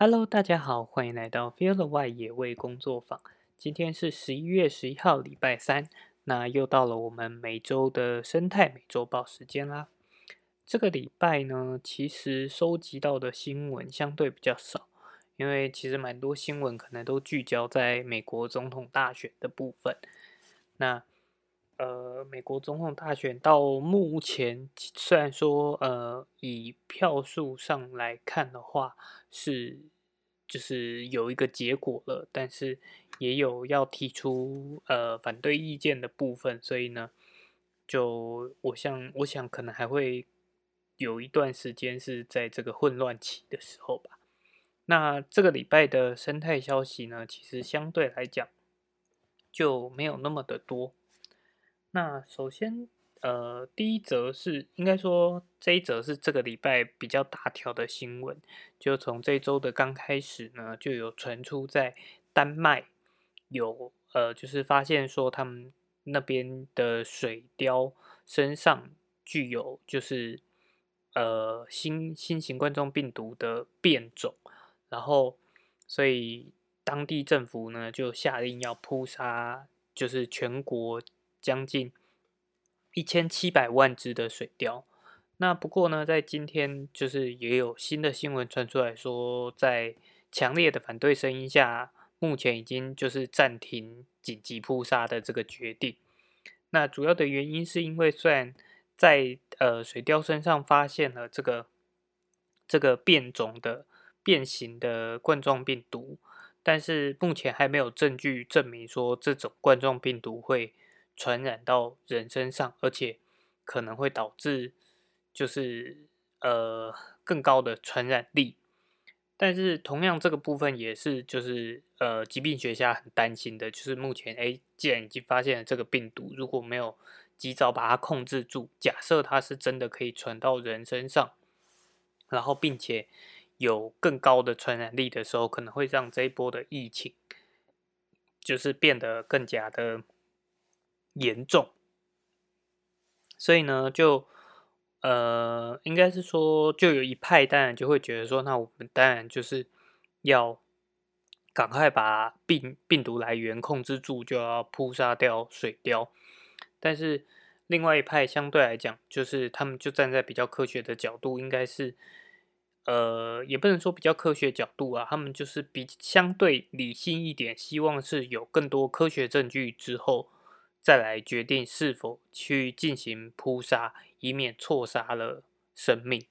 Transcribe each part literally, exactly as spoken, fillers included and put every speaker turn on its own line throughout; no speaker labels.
Hello，大家好，欢迎来到 Feel the White 野味工作坊。今天是十一月十一号，礼拜三。那又到了我们每周的生态每周报时间啦。这个礼拜呢，其实收集到的新闻相对比较少，因为其实蛮多新闻可能都聚焦在美国总统大选的部分。那呃，美国总统大选到目前，虽然说呃以票数上来看的话，是就是有一个结果了，但是也有要提出呃反对意见的部分，所以呢，就我想我想可能还会有一段时间是在这个混乱期的时候吧。那这个礼拜的生态消息呢，其实相对来讲就没有那么的多。那首先，呃，第一则是应该说这一则是这个礼拜比较大条的新闻，就从这周的刚开始呢，就有传出在丹麦有呃，就是发现说他们那边的水貂身上具有就是呃新新型冠状病毒的变种，然后所以当地政府呢就下令要扑杀，就是全国将近一千七百万只的水貂。那不过呢，在今天就是也有新的新闻传出来说，在强烈的反对声音下，目前已经就是暂停紧急扑杀的这个决定。那主要的原因是因为虽然在呃水貂身上发现了这个这个变种的变形的冠状病毒，但是目前还没有证据证明说这种冠状病毒会传染到人身上，而且可能会导致就是呃更高的传染力。但是同样这个部分也是就是呃疾病学家很担心的，就是目前诶既然已经发现了这个病毒，如果没有及早把它控制住，假设它是真的可以传到人身上，然后并且有更高的传染力的时候，可能会让这一波的疫情就是变得更加的严重。所以呢，就呃，应该是说，就有一派当然就会觉得说，那我们当然就是要赶快把病病毒来源控制住，就要扑杀掉水貂。但是另外一派相对来讲，就是他们就站在比较科学的角度，应该是呃，也不能说比较科学角度啊，他们就是比相对理性一点，希望是有更多科学证据之后，再来决定是否去进行扑杀，以免错杀了生命。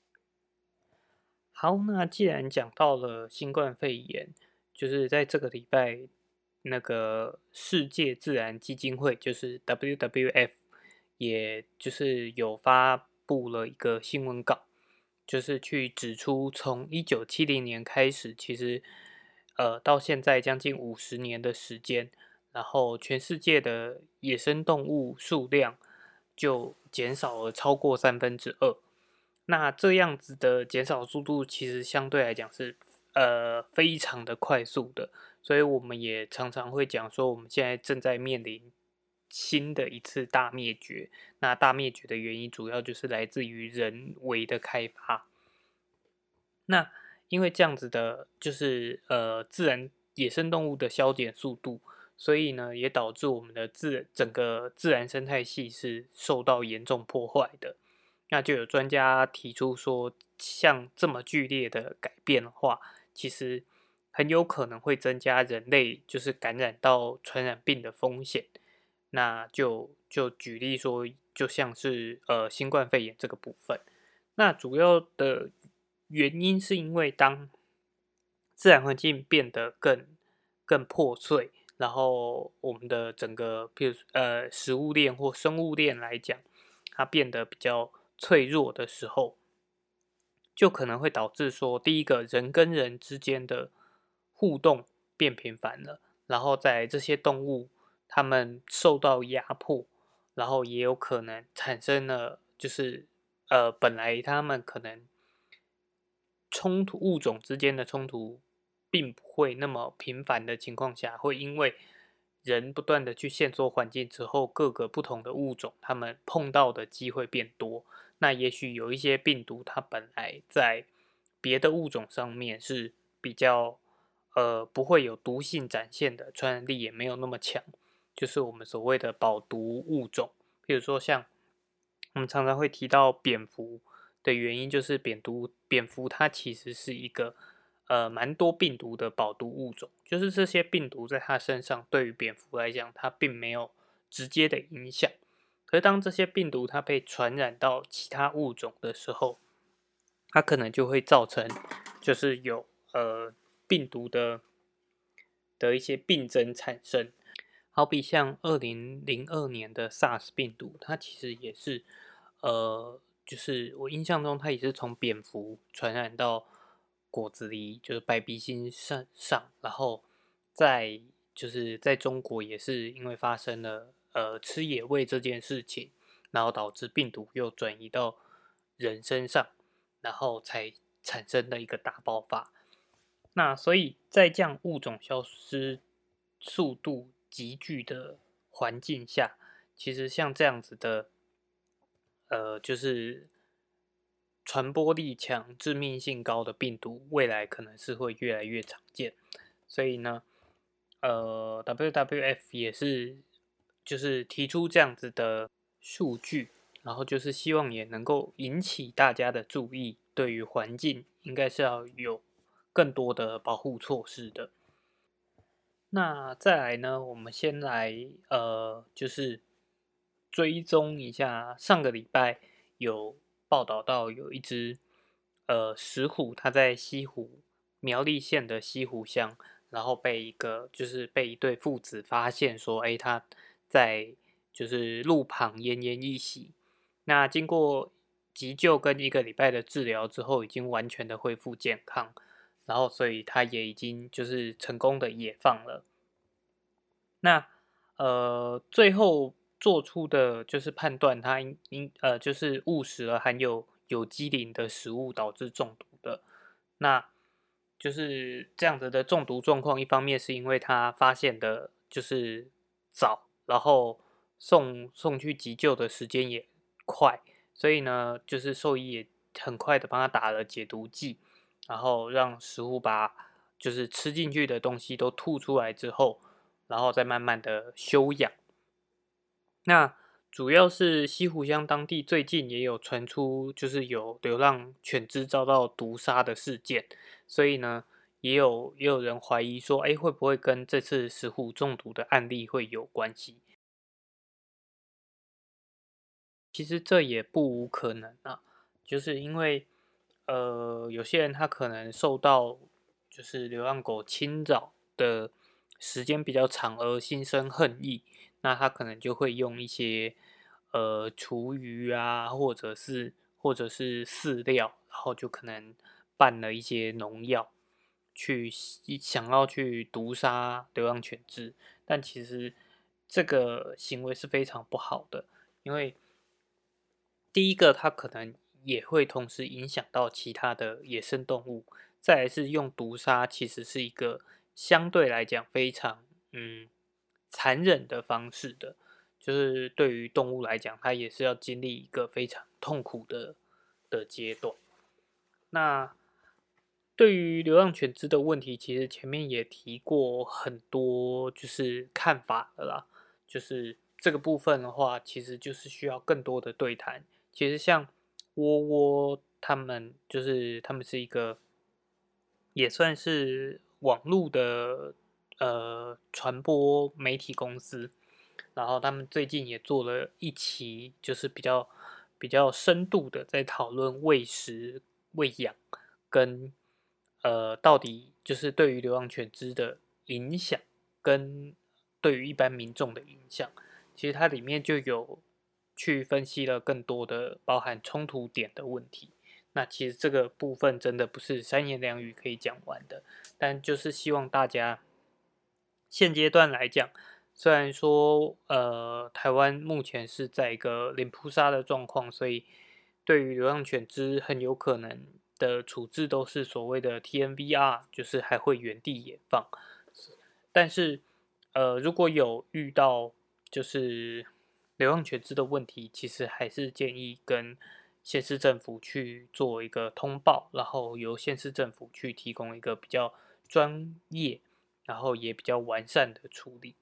好，那既然讲到了新冠肺炎，就是在这个礼拜，那个世界自然基金会，就是 W W F，也就是有发布了一个新闻稿，就是去指出，从一九七零年开始，其实呃到现在将近五十年的时间，然后全世界的野生动物数量就减少了超过三分之二。那这样子的减少速度，其实相对来讲是呃非常的快速的，所以我们也常常会讲说，我们现在正在面临新的一次大灭绝。那大灭绝的原因，主要就是来自于人为的开发。那因为这样子的，就是呃自然野生动物的消减速度，所以呢，也导致我们的自整个自然生态系是受到严重破坏的。那就有专家提出说，像这么剧烈的改变的话，其实很有可能会增加人类就是感染到传染病的风险。那就就举例说，就像是呃新冠肺炎这个部分，那主要的原因是因为当自然环境变得更更破碎，然后我们的整个，譬如呃食物链或生物链来讲，它变得比较脆弱的时候，就可能会导致说，第一个人跟人之间的互动变频繁了，然后在这些动物它们受到压迫，然后也有可能产生了就是呃本来它们可能冲突物种之间的冲突并不会那么频繁的情况下，会因为人不断的去限缩环境之后，各个不同的物种它们碰到的机会变多。那也许有一些病毒，它本来在别的物种上面是比较呃不会有毒性展现的，传染力也没有那么强，就是我们所谓的保毒物种。比如说像我们常常会提到蝙蝠的原因，就是蝙蝠蝙蝠它其实是一个呃蛮多病毒的保毒物种，就是这些病毒在它身上对于蝙蝠来讲，它并没有直接的影响。可是当这些病毒它被传染到其他物种的时候，它可能就会造成就是有呃病毒的的一些病症产生。好比像二零零二年的 SARS 病毒，它其实也是，呃，就是我印象中它也是从蝙蝠传染到果子狸，就是白鼻星上上，然后在就是在中国也是因为发生了呃吃野味这件事情，然后导致病毒又转移到人身上，然后才产生的一个大爆发。那所以在这样物种消失速度急剧的环境下，其实像这样子的，呃，就是传播力强、致命性高的病毒，未来可能是会越来越常见。所以呢，呃，W W F 也是就是提出这样子的数据，然后就是希望也能够引起大家的注意，对于环境应该是要有更多的保护措施的。那再来呢，我们先来呃，就是追踪一下上个礼拜有报道到有一只呃石虎，它在西湖苗栗县的西湖乡，然后被一个就是被一对父子发现说，哎，它在就是路旁奄奄一息。那经过急救跟一个礼拜的治疗之后，已经完全的恢复健康。然后所以它也已经就是成功的野放了。那呃最后做出的就是判断，它应应呃就是误食了含有有机磷的食物导致中毒的。那就是这样子的中毒状况，一方面是因为他发现的就是早，然后送送去急救的时间也快，所以呢，就是兽医也很快的帮他打了解毒剂。然后让食物把就是吃进去的东西都吐出来之后，然后再慢慢的休养。那主要是西湖乡当地最近也有传出，就是有流浪犬只遭到毒杀的事件，所以呢，也有也有人怀疑说，哎，会不会跟这次石虎中毒的案例会有关系？其实这也不无可能啊，就是因为呃，有些人他可能受到就是流浪狗侵扰的时间比较长而心生恨意，那他可能就会用一些呃厨余啊，或者是或者是饲料，然后就可能拌了一些农药，去想要去毒杀流浪犬只，但其实这个行为是非常不好的，因为第一个，它可能也会同时影响到其他的野生动物。再来是用毒杀，其实是一个相对来讲非常嗯残忍的方式的，就是对于动物来讲，它也是要经历一个非常痛苦的的阶段。那对于流浪犬只的问题，其实前面也提过很多，就是看法了啦。就是这个部分的话，其实就是需要更多的对谈。其实像窝窝他们，就是他们是一个也算是网络的呃传播媒体公司，然后他们最近也做了一期，就是比较比较深度的在讨论喂食、喂养跟呃到底就是对于流浪犬只的影响，跟对于一般民众的影响。其实它里面就有去分析了更多的包含冲突点的问题。那其实这个部分真的不是三言两语可以讲完的，但就是希望大家现阶段来讲，虽然说呃台湾目前是在一个零扑杀的状况，所以对于流浪犬只很有可能的处置都是所谓的 T N V R，就是还会原地野放。但是呃如果有遇到就是流浪犬只的问题，其实还是建议跟县市政府去做一个通报，然后由县市政府去提供一个比较专业，然后也比较完善的处理。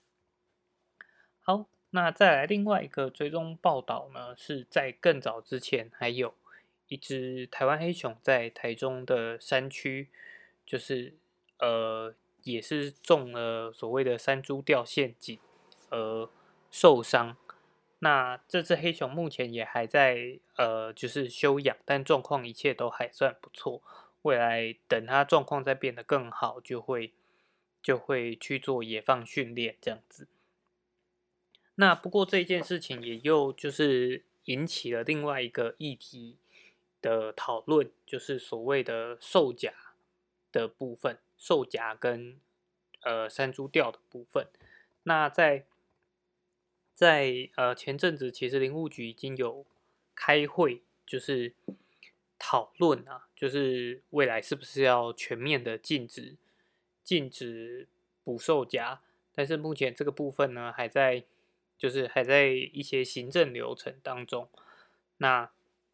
好，那再来另外一个追踪报道呢，是在更早之前，还有一只台湾黑熊在台中的山区，就是呃也是中了所谓的山猪吊陷阱，而受伤。那这只黑熊目前也还在呃就是休养，但状况一切都还算不错。未来等它状况再变得更好，就会就会去做野放训练这样子。那不过这件事情也又就是引起了另外一个议题的讨论，就是所谓的售夹的部分，售夹跟呃山猪吊的部分。那在在呃前阵子，其实林务局已经有开会，就是讨论啊，就是未来是不是要全面的禁止禁止捕兽夹，但是目前这个部分呢，还在就是还在一些行政流程当中。那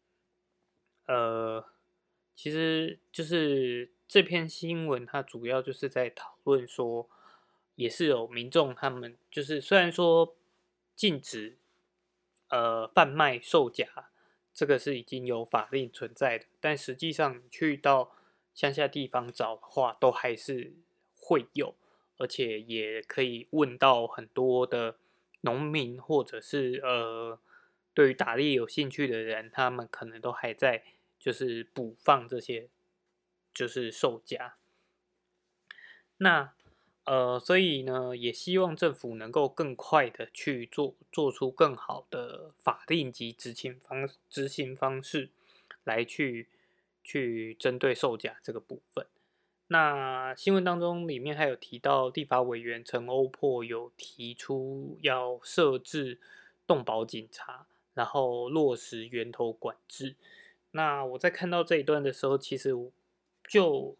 呃，其实就是这篇新闻，它主要就是在讨论说，也是有民众他们就是虽然说禁止呃贩卖售假，这个是已经有法令存在的，但实际上你去到乡下地方找的话，都还是会有，而且也可以问到很多的农民或者是呃对于打猎有兴趣的人，他们可能都还在就是补放这些就是售价。那呃，所以呢，也希望政府能够更快的去做做出更好的法令及执行方执行方式，来去去针对售价这个部分。那新闻当中里面还有提到，立法委员陈欧珀有提出要设置动保警察，然后落实源头管制。那我在看到这一段的时候，其实就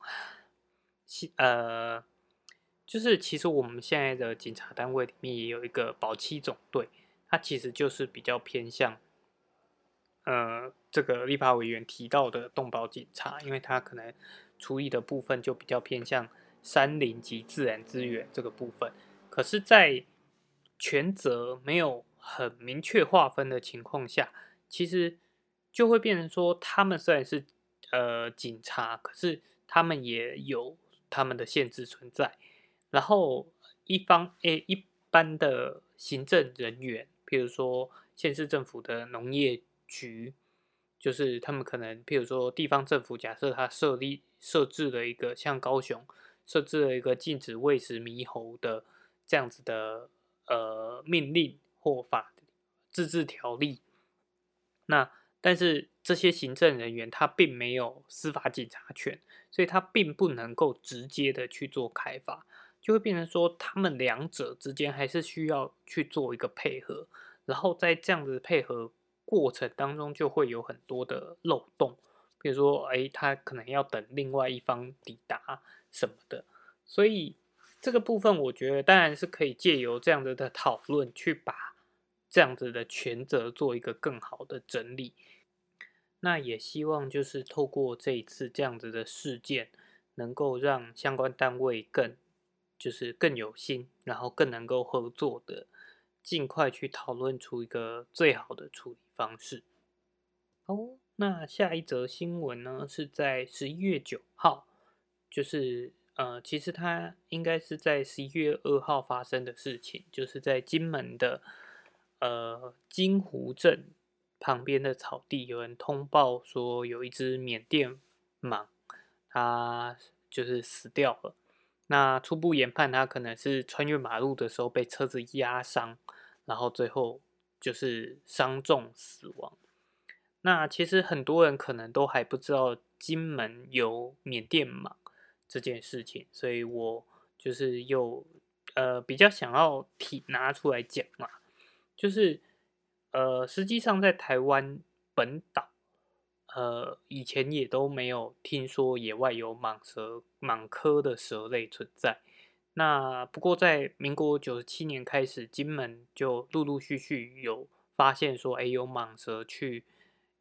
呃，就是其实我们现在的警察单位里面也有一个保七总队，它其实就是比较偏向呃这个立法委员提到的动保警察，因为它可能处理的部分就比较偏向山林及自然资源这个部分。可是，在权责没有很明确划分的情况下，其实就会变成说，他们虽然是呃警察，可是他们也有他们的限制存在。然后一方诶一般的行政人员，譬如说县市政府的农业局，就是他们可能譬如说地方政府，假设他设立设置了一个像高雄设置了一个禁止喂食猕猴的这样子的呃命令或法自治条例，那但是这些行政人员他并没有司法警察权，所以他并不能够直接的去做开发，就会变成说他们两者之间还是需要去做一个配合，然后在这样子配合过程当中就会有很多的漏洞，比如说哎，他可能要等另外一方抵达什么的，所以这个部分我觉得当然是可以借由这样子的讨论去把这样子的权责做一个更好的整理。那也希望就是透过这一次这样子的事件，能够让相关单位更就是更有心，然后更能够合作的，尽快去讨论出一个最好的处理方式。好，那下一则新闻呢是在十一月九号，就是呃，其实它应该是在十一月二号发生的事情，就是在金门的呃金湖镇旁边的草地，有人通报说有一只缅甸蟒，它就是死掉了。那初步研判，它可能是穿越马路的时候被车子压伤，然后最后就是伤重死亡。那其实很多人可能都还不知道金门有缅甸蟒这件事情，所以我就是又呃比较想要提拿出来讲嘛，就是呃实际上在台湾本岛，呃以前也都没有听说野外有蟒蛇蟒科的蛇类存在。那不过在民国九十七年开始，金门就陆陆续续有发现说，哎，有蟒蛇去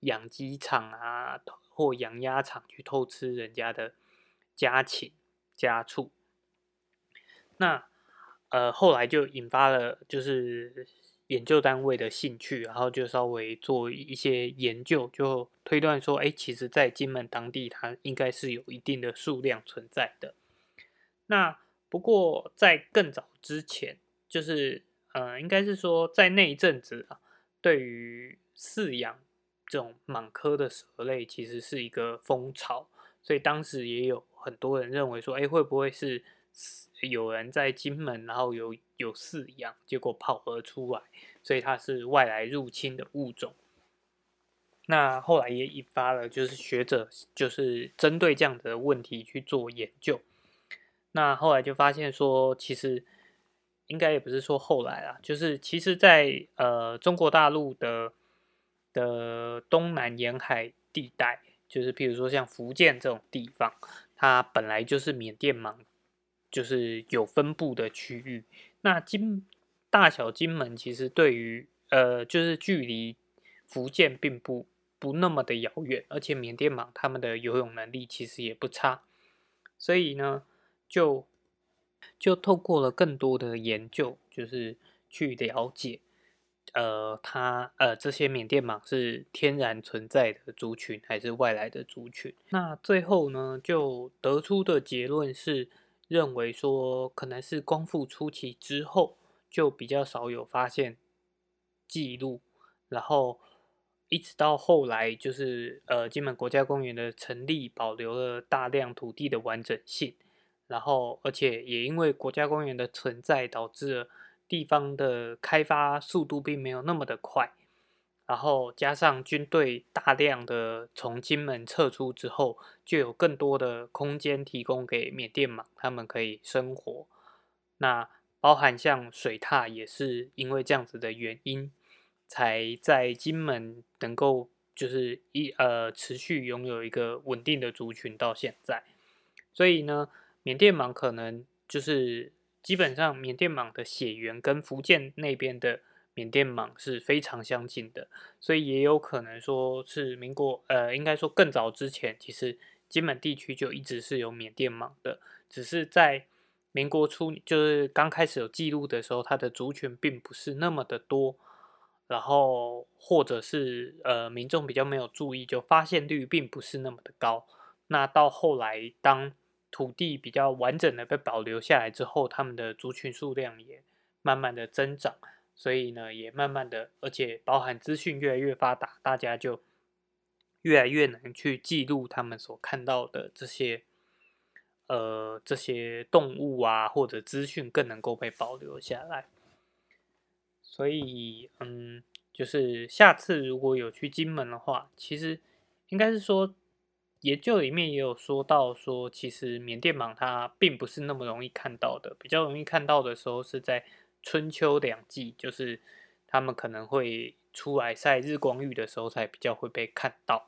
养鸡场啊或养鸭场去偷吃人家的家禽家畜。那呃后来就引发了就是研究单位的兴趣，然后就稍微做一些研究，就推断说，哎，其实在金门当地它应该是有一定的数量存在的。那不过在更早之前，就是呃，应该是说在那一阵子啊，对于饲养这种蟒科的蛇类，其实是一个风潮，所以当时也有很多人认为说，哎，会不会是有人在金门，然后有有饲养，结果跑核出来，所以它是外来入侵的物种。那后来也引发了就是学者就是针对这样的问题去做研究。那后来就发现说，其实应该也不是说后来啦，就是其实在呃中国大陆的的东南沿海地带，就是譬如说像福建这种地方，它本来就是缅甸蟒就是有分布的区域。那金大小金门其实对于呃就是距离福建并不不那么的遥远，而且缅甸蟒它们的游泳能力其实也不差，所以呢。就就透过了更多的研究，就是去了解，呃，它呃这些缅甸蟒是天然存在的族群还是外来的族群。那最后呢，就得出的结论是认为说，可能是光复初期之后就比较少有发现记录，然后一直到后来就是呃金门国家公园的成立，保留了大量土地的完整性。然后，而且也因为国家公园的存在，导致了地方的开发速度并没有那么的快。然后加上军队大量的从金门撤出之后，就有更多的空间提供给缅甸蟒，他们可以生活。那包含像水獭也是因为这样子的原因，才在金门能够就是一呃持续拥有一个稳定的族群到现在。所以呢，缅甸蟒可能就是基本上缅甸蟒的血缘跟福建那边的缅甸蟒是非常相近的，所以也有可能说是民国呃，应该说更早之前，其实金门地区就一直是有缅甸蟒的，只是在民国初就是刚开始有记录的时候，它的族群并不是那么的多，然后或者是呃民众比较没有注意，就发现率并不是那么的高。那到后来，当土地比较完整的被保留下来之后，它们的族群数量也慢慢的增长，所以呢，也慢慢的，而且包含资讯越来越发达，大家就越来越能去记录他们所看到的这些呃这些动物啊，或者资讯更能够被保留下来。所以，嗯，就是下次如果有去金门的话，其实应该是说，研究里面也有说到说，其实缅甸蟒它并不是那么容易看到的，比较容易看到的时候是在春秋两季，就是它们可能会出来晒日光浴的时候才比较会被看到。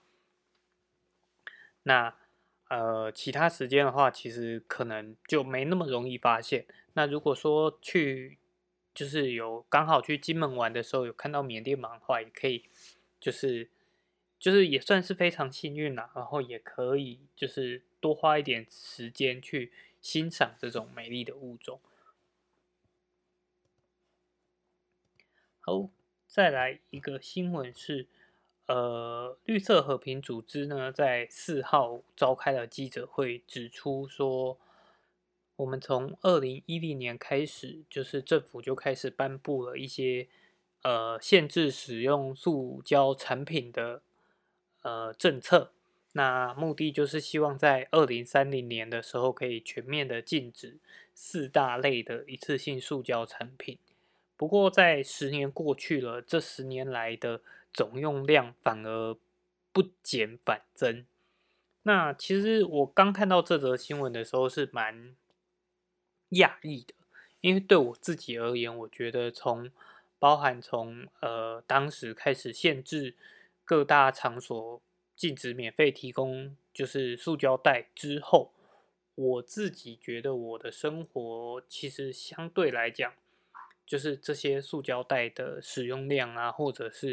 那呃，其他时间的话，其实可能就没那么容易发现。那如果说去，就是有刚好去金门玩的时候，有看到缅甸蟒的话，也可以，就是就是也算是非常幸运啦。然后也可以就是多花一点时间去欣赏这种美丽的物种。好，再来一个新闻是，呃，绿色和平组织呢在四号召开了记者会，指出说，我们从二零一零年开始，就是政府就开始颁布了一些呃限制使用塑胶产品的呃政策。那目的就是希望在二零三零年的时候，可以全面的禁止四大类的一次性塑胶产品。不过，在十年过去了，这十年来的总用量反而不减反增。那其实我刚看到这则新闻的时候是蛮讶异的，因为对我自己而言，我觉得从包含从呃当时开始限制各大场所禁止免费提供就是塑胶袋之后，我自己觉得我的生活其实相对来讲，就是这些塑胶袋的使用量啊，或者是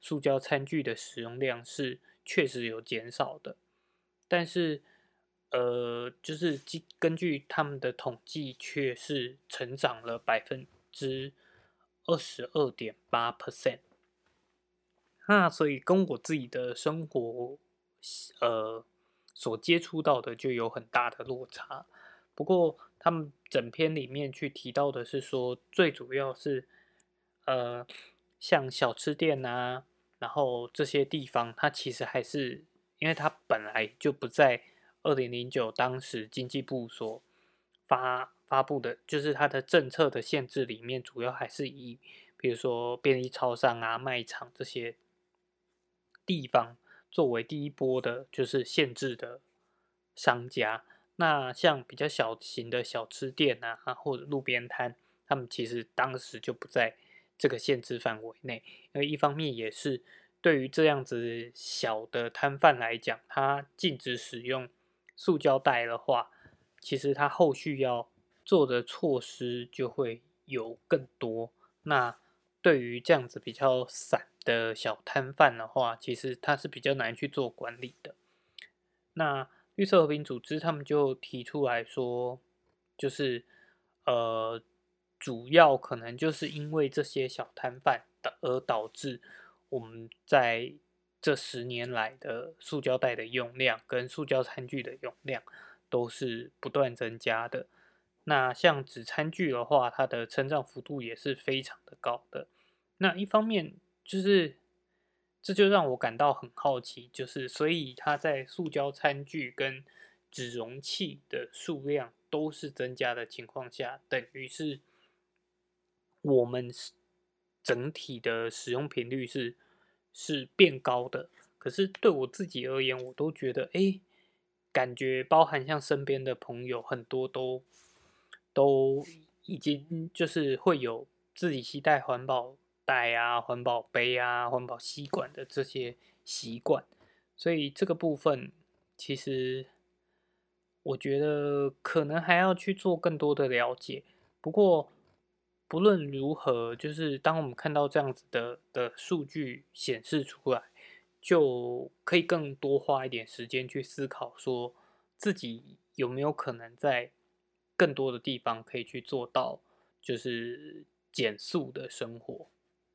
塑胶餐具的使用量是确实有减少的，但是呃，就是基根据他们的统计，却是成长了百分之二十二点八 percent。那所以跟我自己的生活，呃，所接触到的就有很大的落差。不过他们整篇里面去提到的是说，最主要是，呃，像小吃店啊，然后这些地方，它其实还是因为它本来就不在二零零九当时经济部所发发布的，就是它的政策的限制里面，主要还是以比如说便利超商啊、卖场这些地方作为第一波的，就是限制的商家。那像比较小型的小吃店啊，或者路边摊，他们其实当时就不在这个限制范围内。因为一方面也是对于这样子小的摊贩来讲，他禁止使用塑胶袋的话，其实他后续要做的措施就会有更多。那对于这样子比较散的小摊贩的话，其实他是比较难去做管理的。那绿色和平组织他们就提出来说，就是呃，主要可能就是因为这些小摊贩的而导致我们在这十年来的塑胶袋的用量跟塑胶餐具的用量都是不断增加的。那像纸餐具的话，它的成长幅度也是非常的高的。那一方面就是这就让我感到很好奇，就是所以它在塑胶餐具跟纸容器的数量都是增加的情况下，等于是我们整体的使用频率是是变高的。可是对我自己而言，我都觉得，哎，感觉包含像身边的朋友很多都都已经就是会有自己携带环保袋啊、环保杯啊、环保吸管的这些习惯，所以这个部分其实我觉得可能还要去做更多的了解。不过不论如何，就是当我们看到这样子的的数据显示出来，就可以更多花一点时间去思考，说自己有没有可能在更多的地方可以去做到，就是减速的生活。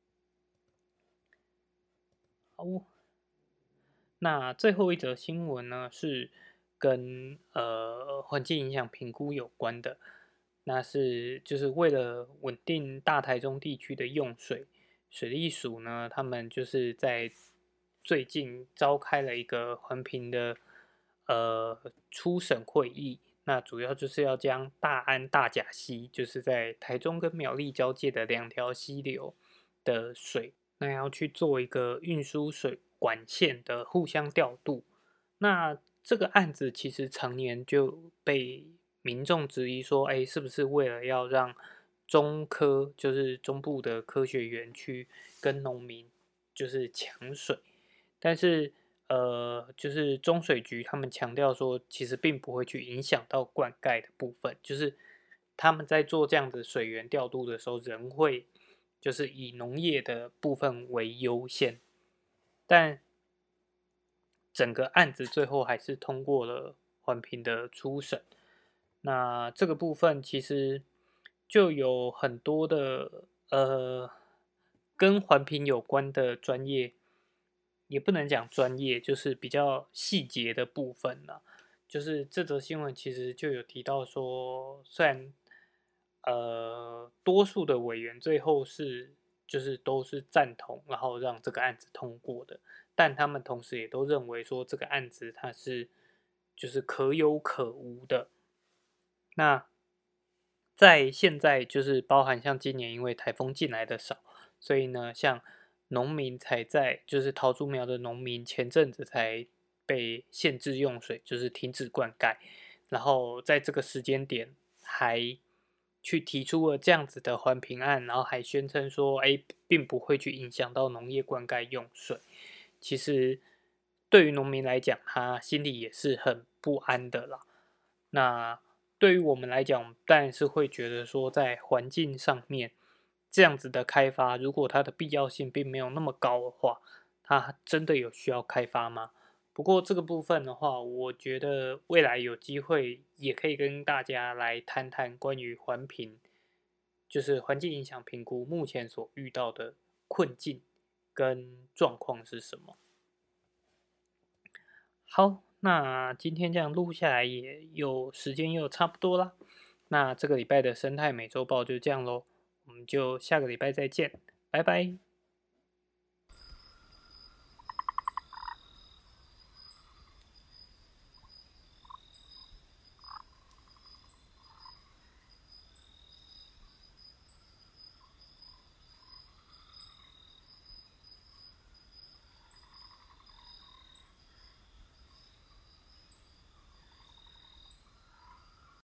好，那最后一则新闻呢，是跟呃环境影响评估有关的。那是就是为了稳定大台中地区的用水，水利署呢，他们就是在最近召开了一个环评的呃初审会议。那主要就是要将大安大甲溪，就是在台中跟苗栗交界的两条溪流的水，那要去做一个运输水管线的互相调度。那这个案子其实常年就被民众质疑说，哎，是不是为了要让中科，就是中部的科学园区跟农民就是抢水？但是呃，就是中水局他们强调说，其实并不会去影响到灌溉的部分，就是他们在做这样的水源调度的时候，仍会就是以农业的部分为优先。但整个案子最后还是通过了环评的初审。那这个部分其实就有很多的呃跟环评有关的专业，也不能讲专业，就是比较细节的部分啦。就是这则新闻其实就有提到说，虽然呃多数的委员最后是就是都是赞同，然后让这个案子通过的，但他们同时也都认为说这个案子它是就是可有可无的。那在现在就是包含像今年因为台风进来的少，所以呢，像农民才在就是桃竹苗的农民前阵子才被限制用水，就是停止灌溉，然后在这个时间点还去提出了这样子的环评案，然后还宣称说，哎，并不会去影响到农业灌溉用水。其实对于农民来讲，他心里也是很不安的啦。那对于我们来讲，当然是会觉得说，在环境上面， 这样子的开发，如果它的必要性并没有那么高的话，它真的有需要开发吗？不过这个部分的话，我觉得未来有机会也可以跟大家来谈谈关于环评，就是环境影响评估目前所遇到的困境跟状况是什么。好，那今天这样录下来也有时间又差不多啦，那这个礼拜的生态美洲豹就这样咯，我们就下个礼拜再见，拜拜。